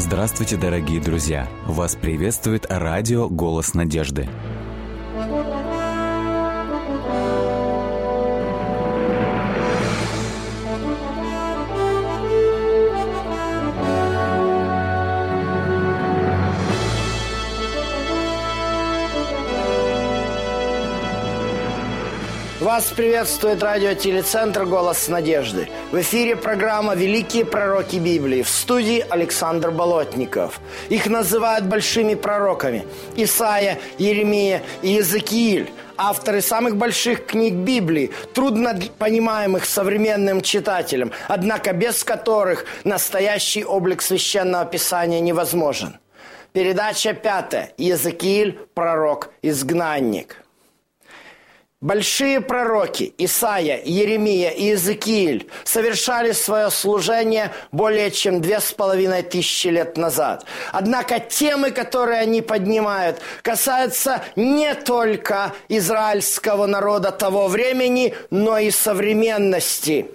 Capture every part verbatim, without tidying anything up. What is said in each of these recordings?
Здравствуйте, дорогие друзья! Вас приветствует радио «Голос надежды». Вас приветствует радиотелецентр «Голос надежды». В эфире программа «Великие пророки Библии». В студии Александр Болотников. Их называют большими пророками. Исаия, Иеремия и Иезекииль. Авторы самых больших книг Библии, трудно понимаемых современным читателям, однако без которых настоящий облик Священного Писания невозможен. Передача пятая. Иезекииль, пророк-изгнанник. Большие пророки Исаия, Иеремия и Иезекииль совершали свое служение более чем две с половиной тысячи лет назад. Однако темы, которые они поднимают, касаются не только израильского народа того времени, но и современности.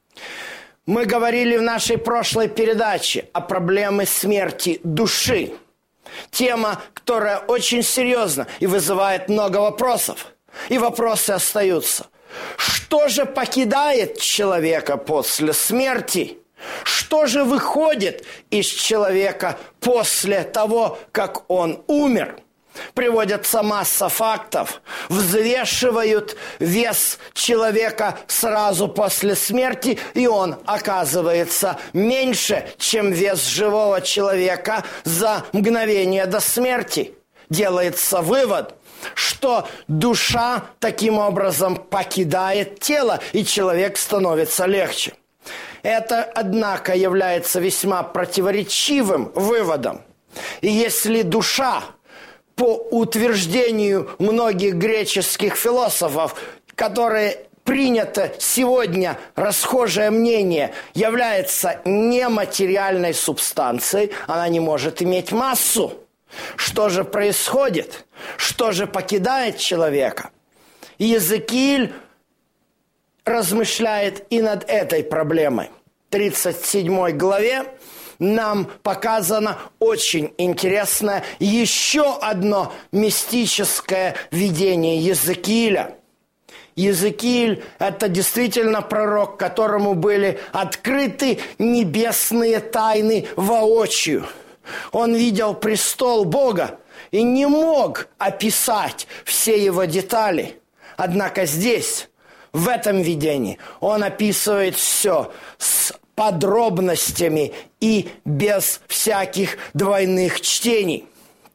Мы говорили в нашей прошлой передаче о проблеме смерти души. Тема, которая очень серьезна и вызывает много вопросов. И вопросы остаются. Что же покидает человека после смерти? Что же выходит из человека после того, как он умер? Приводится масса фактов. Взвешивают вес человека сразу после смерти, и он оказывается меньше, чем вес живого человека за мгновение до смерти. Делается вывод, что душа таким образом покидает тело, и человек становится легче. Это, однако, является весьма противоречивым выводом. И если душа, по утверждению многих греческих философов, которые принято сегодня расхожее мнение, является нематериальной субстанцией, она не может иметь массу. Что же происходит? Что же покидает человека? Иезекииль размышляет и над этой проблемой. В тридцать седьмой главе нам показано очень интересное еще одно мистическое видение Иезекииля. Иезекииль – это действительно пророк, которому были открыты небесные тайны воочию. Он видел престол Бога и не мог описать все его детали. Однако здесь, в этом видении, он описывает все с подробностями и без всяких двойных чтений.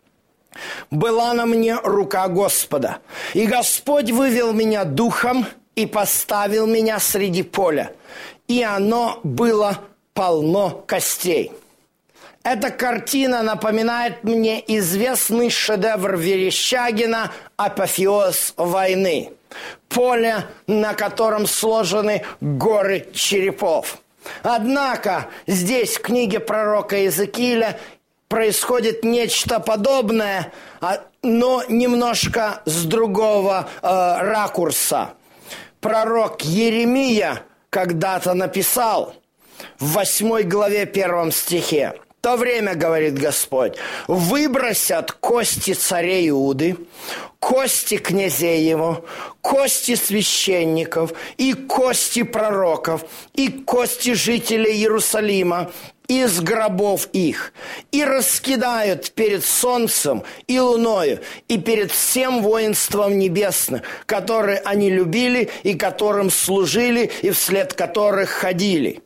«Была на мне рука Господа, и Господь вывел меня духом и поставил меня среди поля, и оно было полно костей». Эта картина напоминает мне известный шедевр Верещагина «Апофеоз войны». Поле, на котором сложены горы черепов. Однако здесь, в книге пророка Иезекииля, происходит нечто подобное, но немножко с другого э, ракурса. Пророк Иеремия когда-то написал в восьмой главе первом стихе: «В то время, говорит Господь, выбросят кости царей Иуды, кости князей его, кости священников и кости пророков, и кости жителей Иерусалима из гробов их, и раскидают перед солнцем и луною, и перед всем воинством небесным, которые они любили и которым служили, и вслед которых ходили».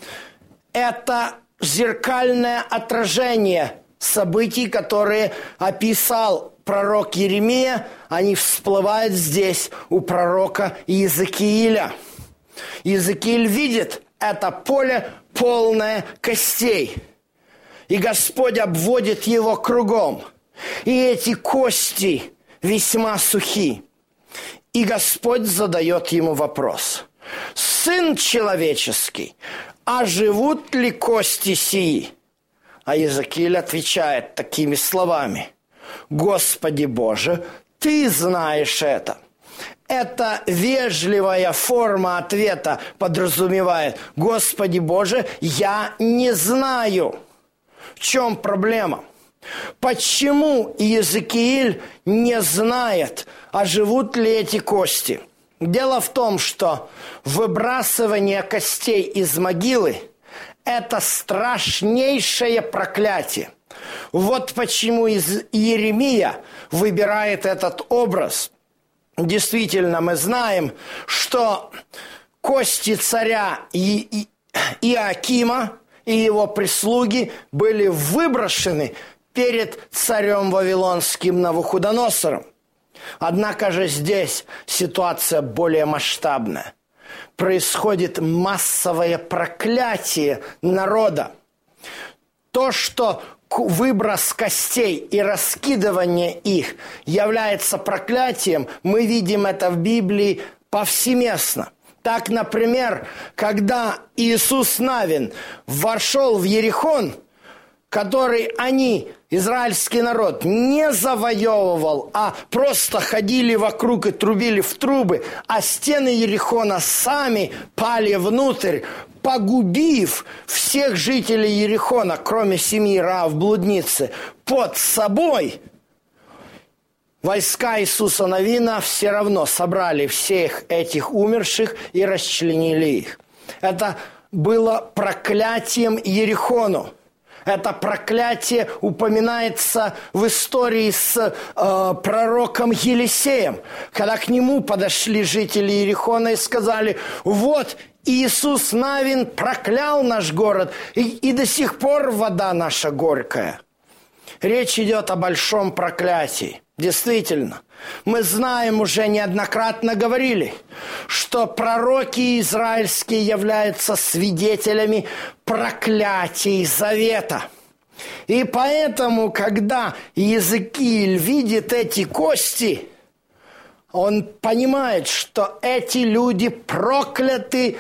Это зеркальное отражение событий, которые описал пророк Иеремия, они всплывают здесь у пророка Иезекииля. Иезекииль видит это поле, полное костей, и Господь обводит его кругом, и эти кости весьма сухи. И Господь задает ему вопрос: «Сын человеческий, а живут ли кости сии?» А Иезекииль отвечает такими словами: «Господи Боже, Ты знаешь это». Эта вежливая форма ответа подразумевает: «Господи Боже, я не знаю». В чем проблема? Почему Иезекииль не знает, а живут ли эти кости? Дело в том, что выбрасывание костей из могилы – это страшнейшее проклятие. Вот почему Иеремия выбирает этот образ. Действительно, мы знаем, что кости царя И- И- Иоакима и его прислуги были выброшены перед царем Вавилонским Навуходоносором. Однако же здесь ситуация более масштабная. Происходит массовое проклятие народа. То, что выброс костей и раскидывание их является проклятием, мы видим это в Библии повсеместно. Так, например, когда Иисус Навин вошел в Иерихон, который они, израильский народ, не завоевывал, а просто ходили вокруг и трубили в трубы, а стены Иерихона сами пали внутрь, погубив всех жителей Иерихона, кроме семьи Раав блудницы, под собой, войска Иисуса Навина все равно собрали всех этих умерших и расчленили их. Это было проклятием Иерихону. Это проклятие упоминается в истории с э, пророком Елисеем, когда к нему подошли жители Иерихона и сказали: вот Иисус Навин проклял наш город, и, и до сих пор вода наша горькая. Речь идет о большом проклятии. Действительно, мы знаем, уже неоднократно говорили, что пророки израильские являются свидетелями проклятий завета. И поэтому, когда Иезекииль видит эти кости, он понимает, что эти люди прокляты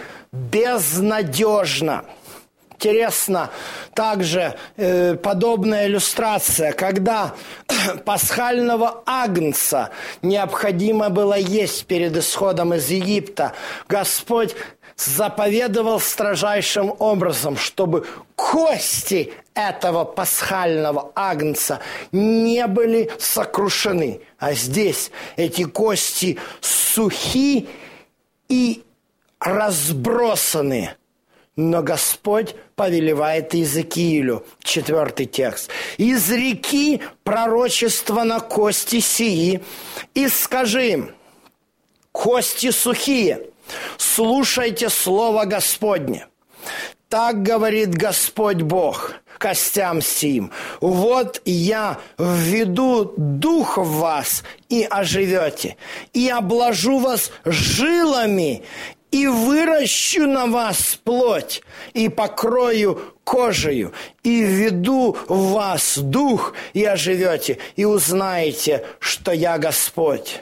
безнадежно. Интересно также э, подобная иллюстрация, когда пасхального агнца необходимо было есть перед исходом из Египта. Господь заповедовал строжайшим образом, чтобы кости этого пасхального агнца не были сокрушены. А здесь эти кости сухи и разбросаны. Но Господь повелевает Иезекиилю, четвертый текст: «Изреки пророчество на кости сии, и скажи им: кости сухие, слушайте слово Господне. Так говорит Господь Бог костям сим: вот я введу дух в вас, и оживете, и обложу вас жилами, и выращу на вас плоть, и покрою кожею, и введу в вас дух, и оживете, и узнаете, что я Господь».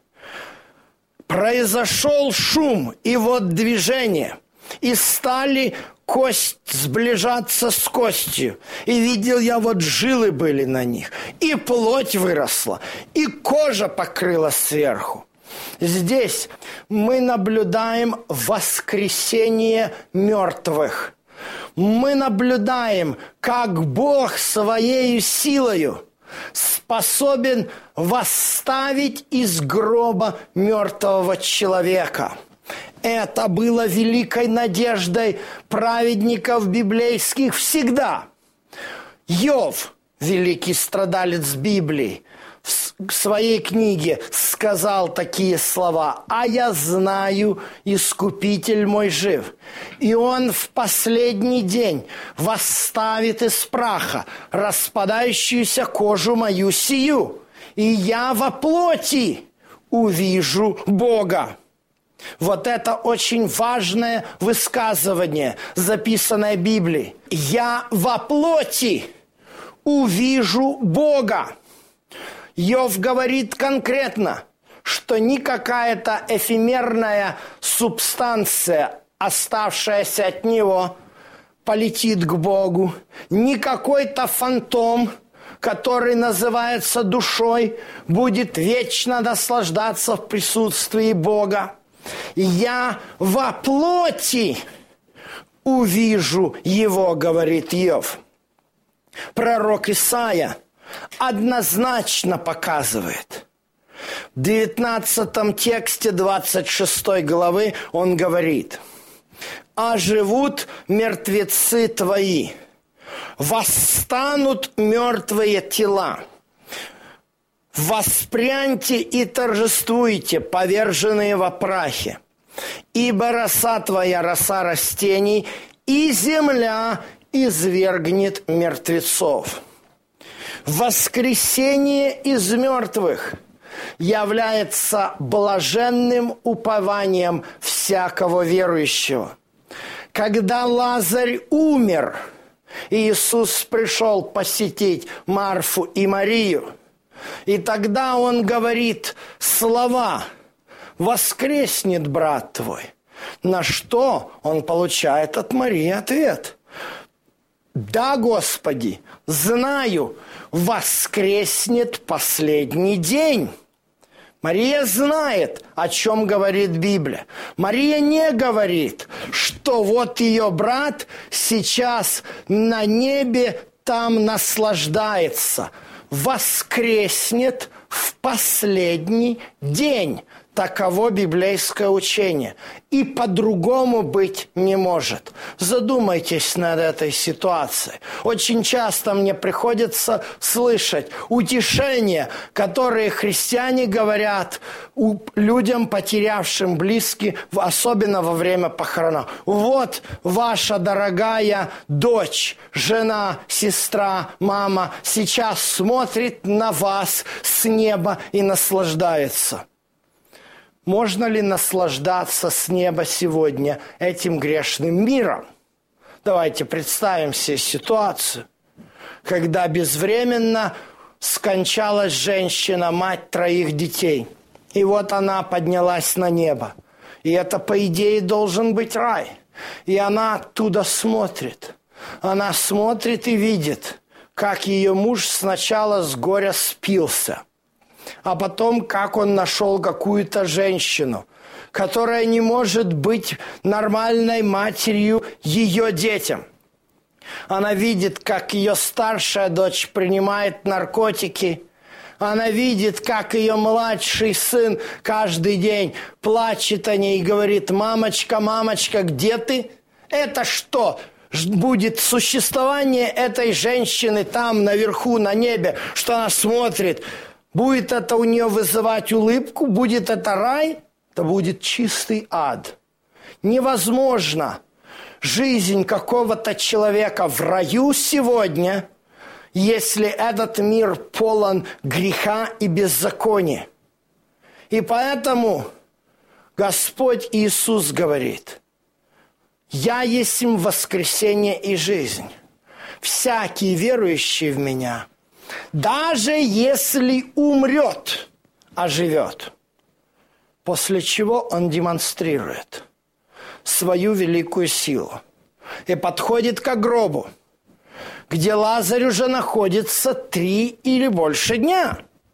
Произошел шум, и вот движение, и стали кость сближаться с костью. И видел я, вот жилы были на них, и плоть выросла, и кожа покрыла сверху. Здесь мы наблюдаем воскресение мертвых. Мы наблюдаем, как Бог своей силою способен восставить из гроба мертвого человека. Это было великой надеждой праведников библейских всегда. Иов, великий страдалец Библии, в своей книге сказал такие слова: «А я знаю, Искупитель мой жив, и Он в последний день восставит из праха распадающуюся кожу мою сию, и я во плоти увижу Бога». Вот это очень важное высказывание, записанное в Библии. «Я во плоти увижу Бога». Иов говорит конкретно, что не какая-то эфемерная субстанция, оставшаяся от него, полетит к Богу, не какой-то фантом, который называется душой, будет вечно наслаждаться в присутствии Бога. «Я во плоти увижу Его», говорит Иов. Пророк Исаия однозначно показывает. В девятнадцатом тексте двадцать шестой главы он говорит: «А живут мертвецы твои, восстанут мертвые тела. Воспряньте и торжествуйте, поверженные во прахе, ибо роса твоя, роса растений, и земля извергнет мертвецов». Воскресение из мертвых является блаженным упованием всякого верующего. Когда Лазарь умер, Иисус пришел посетить Марфу и Марию, и тогда Он говорит слова: «Воскреснет брат твой». На что Он получает от Марии ответ: «Да, Господи, знаю, воскреснет последний день». Мария знает, о чем говорит Библия. Мария не говорит, что вот ее брат сейчас на небе там наслаждается. Воскреснет в последний день. Таково библейское учение. И по-другому быть не может. Задумайтесь над этой ситуацией. Очень часто мне приходится слышать утешения, которые христиане говорят людям, потерявшим близких, особенно во время похоронов. Вот ваша дорогая дочь, жена, сестра, мама сейчас смотрит на вас с неба и наслаждается. Можно ли наслаждаться с неба сегодня этим грешным миром? Давайте представим себе ситуацию, когда безвременно скончалась женщина, мать троих детей. И вот она поднялась на небо. И это, по идее, должен быть рай. И она оттуда смотрит. Она смотрит и видит, как ее муж сначала с горя спился, а потом, как он нашел какую-то женщину, которая не может быть нормальной матерью ее детям. Она видит, как ее старшая дочь принимает наркотики. Она видит, как ее младший сын каждый день плачет о ней и говорит: «Мамочка, мамочка, где ты?» Это что? Будет существование этой женщины там, наверху, на небе, что она смотрит? Будет это у нее вызывать улыбку? Будет это рай? Это будет чистый ад. Невозможно жизнь какого-то человека в раю сегодня, если этот мир полон греха и беззакония. И поэтому Господь Иисус говорит: «Я есть воскресение и жизнь. Всякий верующий в Меня, даже если умрет, оживет». После чего Он демонстрирует свою великую силу и подходит к гробу, где Лазарь уже находится три или больше дня,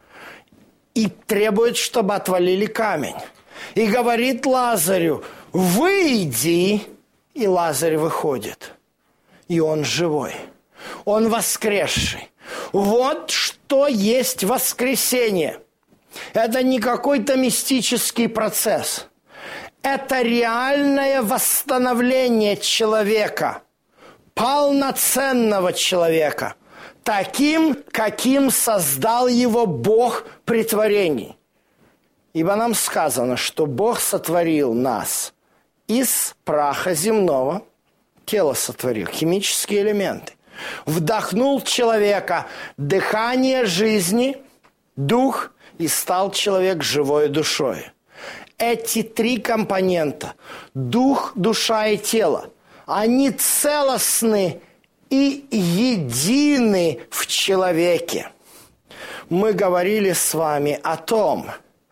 и требует, чтобы отвалили камень. И говорит Лазарю: «Выйди!» И Лазарь выходит. И он живой. Он воскресший. Вот что есть воскресение. Это не какой-то мистический процесс. Это реальное восстановление человека, полноценного человека, таким, каким создал его Бог при творении. Ибо нам сказано, что Бог сотворил нас из праха земного, тело сотворил, химические элементы. Вдохнул в человека дыхание жизни, дух, и стал человек живой душой. Эти три компонента, дух, душа и тело, они целостны и едины в человеке. Мы говорили с вами о том,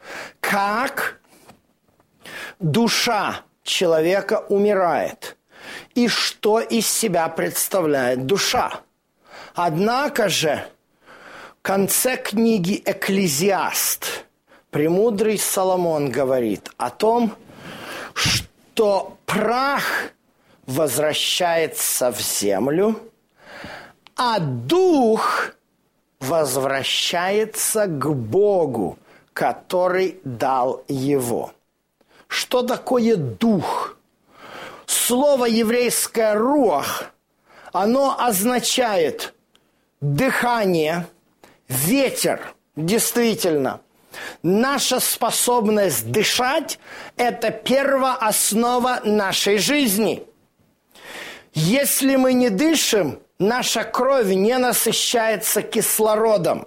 как душа человека умирает и что из себя представляет душа. Однако же в конце книги «Экклезиаст» премудрый Соломон говорит о том, что прах возвращается в землю, а дух возвращается к Богу, который дал его. Что такое дух? Слово еврейское «руах», оно означает дыхание, ветер. Действительно, наша способность дышать – это первооснова нашей жизни. Если мы не дышим, наша кровь не насыщается кислородом.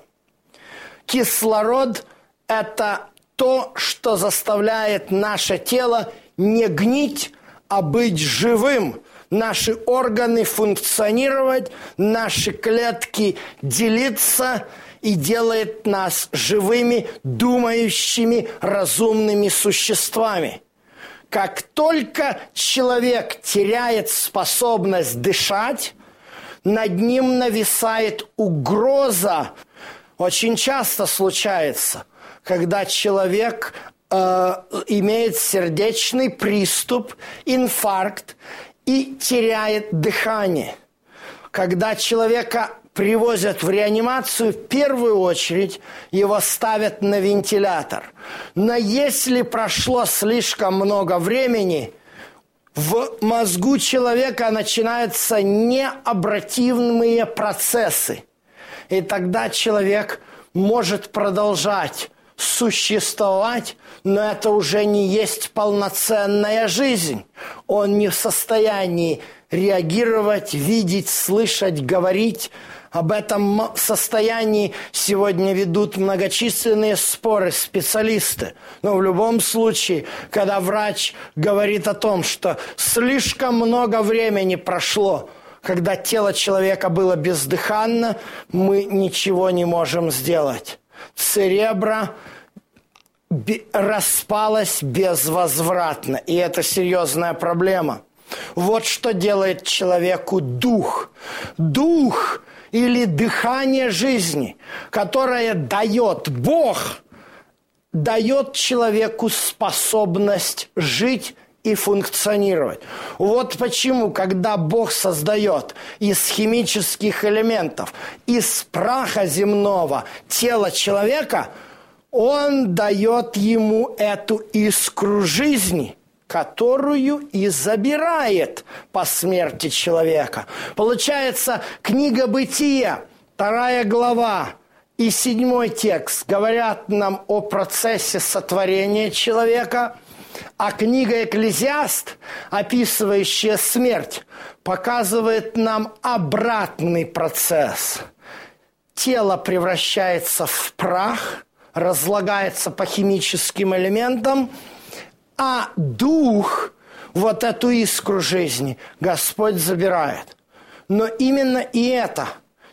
Кислород – это то, что заставляет наше тело не гнить, а быть живым. Наши органы функционировать, наши клетки делиться и делает нас живыми, думающими, разумными существами. Как только человек теряет способность дышать, над ним нависает угроза. Очень часто случается, когда человек э, имеет сердечный приступ, инфаркт и теряет дыхание. Когда человека привозят в реанимацию, в первую очередь его ставят на вентилятор. Но если прошло слишком много времени, в мозгу человека начинаются необратимые процессы. И тогда человек может продолжать существовать, но это уже не есть полноценная жизнь. Он не в состоянии реагировать, видеть, слышать, говорить. Об этом состоянии сегодня ведут многочисленные споры специалисты. Но в любом случае, когда врач говорит о том, что слишком много времени прошло, когда тело человека было бездыханно, мы ничего не можем сделать. Церебро распалось безвозвратно, и это серьезная проблема. Вот что делает человеку дух. Дух или дыхание жизни, которое дает Бог, дает человеку способность жить и функционировать. Вот почему, когда Бог создает из химических элементов, из праха земного тело человека, Он дает ему эту искру жизни, которую и забирает по смерти человека. Получается, книга Бытия, вторая глава и седьмой текст говорят нам о процессе сотворения человека, а книга Экклезиаст, описывающая смерть, показывает нам обратный процесс. Тело превращается в прах, разлагается по химическим элементам, а дух, вот эту искру жизни, Господь забирает. Но именно и это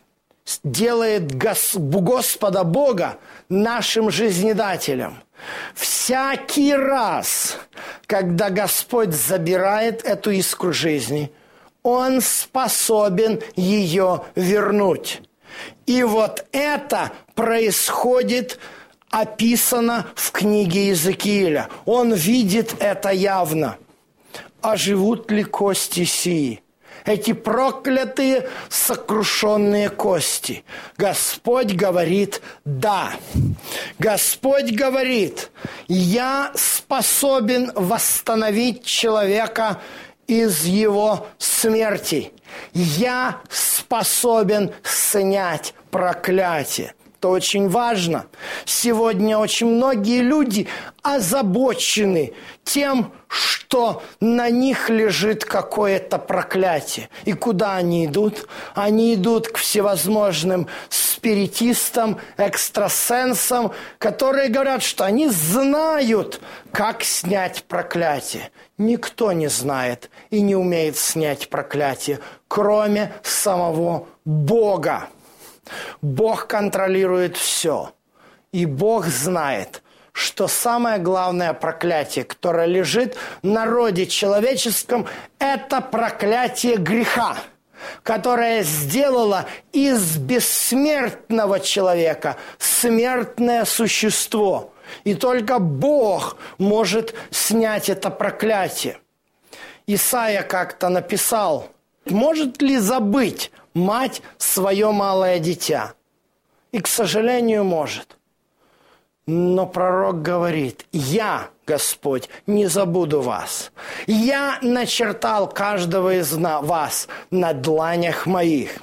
делает Господа Бога нашим жизнедателем. Всякий раз, когда Господь забирает эту искру жизни, Он способен ее вернуть. И вот это происходит, описано в книге Иезекииля. Он видит это явно. А живут ли кости сии? Эти проклятые, сокрушенные кости. Господь говорит «да». Господь говорит: «Я способен восстановить человека из его смерти. Я способен снять проклятие». Это очень важно. Сегодня очень многие люди озабочены тем, что на них лежит какое-то проклятие. И куда они идут? Они идут к всевозможным спиритистам, экстрасенсам, которые говорят, что они знают, как снять проклятие. Никто не знает и не умеет снять проклятие, кроме самого Бога. Бог контролирует все. И Бог знает, что самое главное проклятие, которое лежит на роде человеческом, это проклятие греха, которое сделало из бессмертного человека смертное существо. И только Бог может снять это проклятие. Исайя как-то написал: «Может ли забыть мать свое малое дитя? И, к сожалению, может. Но пророк говорит: «Я, Господь, не забуду вас. Я начертал каждого из вас на дланях моих».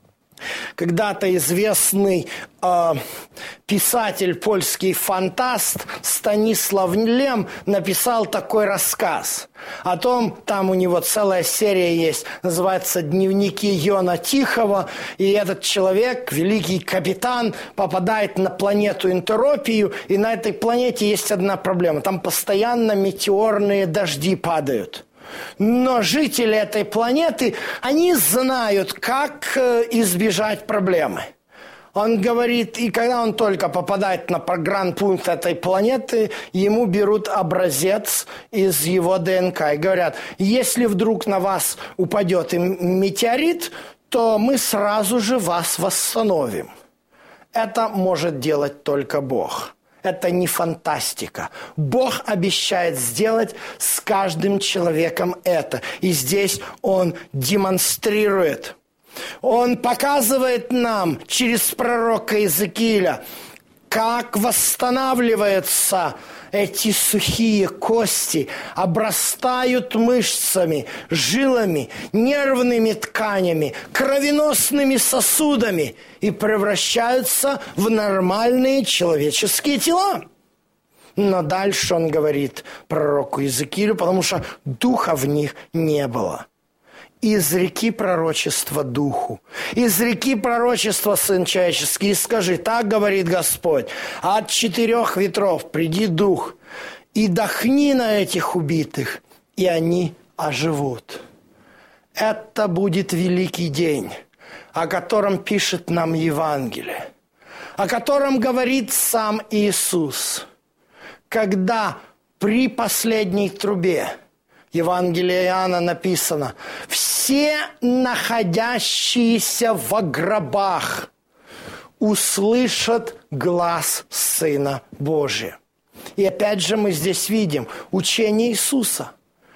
Когда-то известный э, писатель, польский фантаст Станислав Лем написал такой рассказ о том, там у него целая серия есть, называется «Дневники Йона Тихого», и этот человек, великий капитан, попадает на планету Энтропию, и на этой планете есть одна проблема, там постоянно метеорные дожди падают. Но жители этой планеты, они знают, как избежать проблемы. Он говорит, и когда он только попадает на программ-пункт этой планеты, ему берут образец из его ДНК и говорят: если вдруг на вас упадет метеорит, то мы сразу же вас восстановим. Это может делать только Бог. Это не фантастика. Бог обещает сделать с каждым человеком это. И здесь Он демонстрирует. Он показывает нам через пророка Иезекииля, как восстанавливаются эти сухие кости, обрастают мышцами, жилами, нервными тканями, кровеносными сосудами и превращаются в нормальные человеческие тела. Но дальше он говорит пророку Иезекиилю, потому что духа в них не было. «Изреки пророчество духу, изреки пророчество сын человеческий, и скажи, так говорит Господь, от четырех ветров приди дух, и дохни на этих убитых, и они оживут». Это будет великий день, о котором пишет нам Евангелие, о котором говорит сам Иисус, когда при последней трубе, Евангелие Иоанна написано: «Все находящиеся во гробах услышат глас Сына Божия». И опять же мы здесь видим учение Иисуса.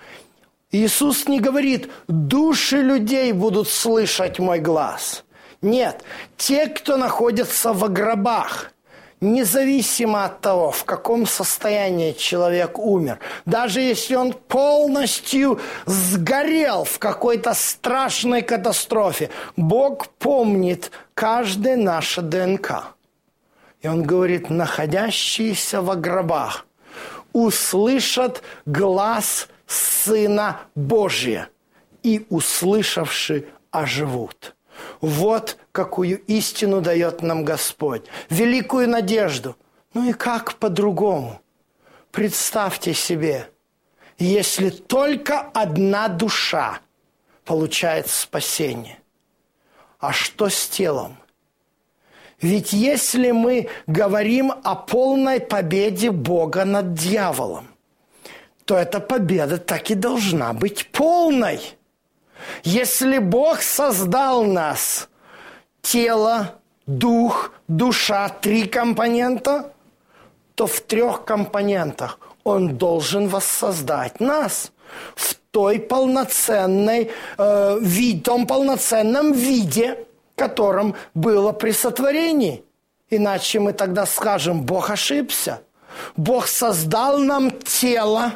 Иисус не говорит: «Души людей будут слышать мой глас». Нет, те, кто находится во гробах, независимо от того, в каком состоянии человек умер, даже если он полностью сгорел в какой-то страшной катастрофе, Бог помнит каждое наше ДНК. И Он говорит: находящиеся во гробах услышат глас Сына Божия, и, услышавши, оживут. Вот какую истину дает нам Господь. Великую надежду. Ну и как по-другому? Представьте себе, если только одна душа получает спасение. А что с телом? Ведь если мы говорим о полной победе Бога над дьяволом, то эта победа так и должна быть полной. Если Бог создал нас, тело, дух, душа, три компонента, то в трех компонентах Он должен воссоздать нас в той полноценной, э, вид, том полноценном виде, котором было при сотворении. Иначе мы тогда скажем: Бог ошибся. Бог создал нам тело,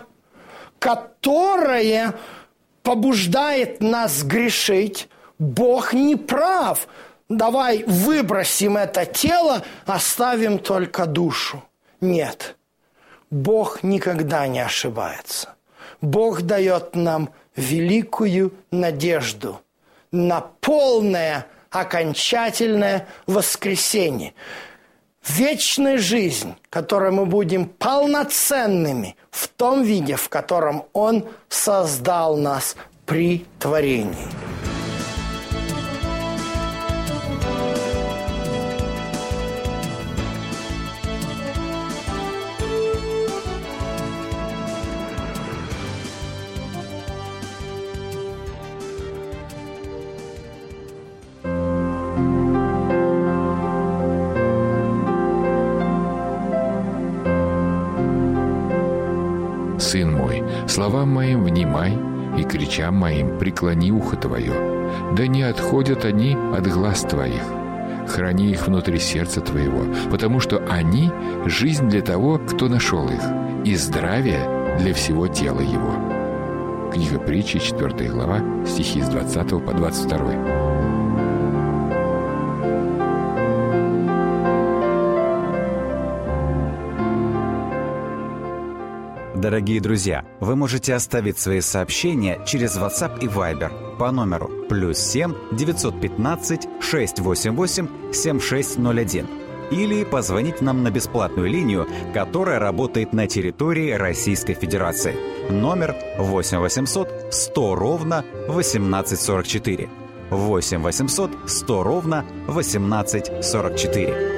которое побуждает нас грешить. Бог не прав. Давай выбросим это тело, оставим только душу. Нет, Бог никогда не ошибается. Бог дает нам великую надежду на полное, окончательное воскресение. Вечная жизнь, которой мы будем полноценными в том виде, в котором Он создал нас при творении. Сын мой, словам моим внимай, и к речам моим преклони ухо твое. Да не отходят они от глаз твоих. Храни их внутри сердца твоего, потому что они — жизнь для того, кто нашел их, и здравие для всего тела его». Книга Притчи, четвёртая глава, стихи с двадцатого по двадцать второй. Дорогие друзья, вы можете оставить свои сообщения через WhatsApp и Viber по номеру плюс семь девятьсот пятнадцать шестьсот восемьдесят восемь семьдесят шесть ноль один или позвонить нам на бесплатную линию, которая работает на территории Российской Федерации. Номер восемь восемьсот сто ровно восемнадцать сорок четыре. восемь восемьсот сто ровно восемнадцать сорок четыре.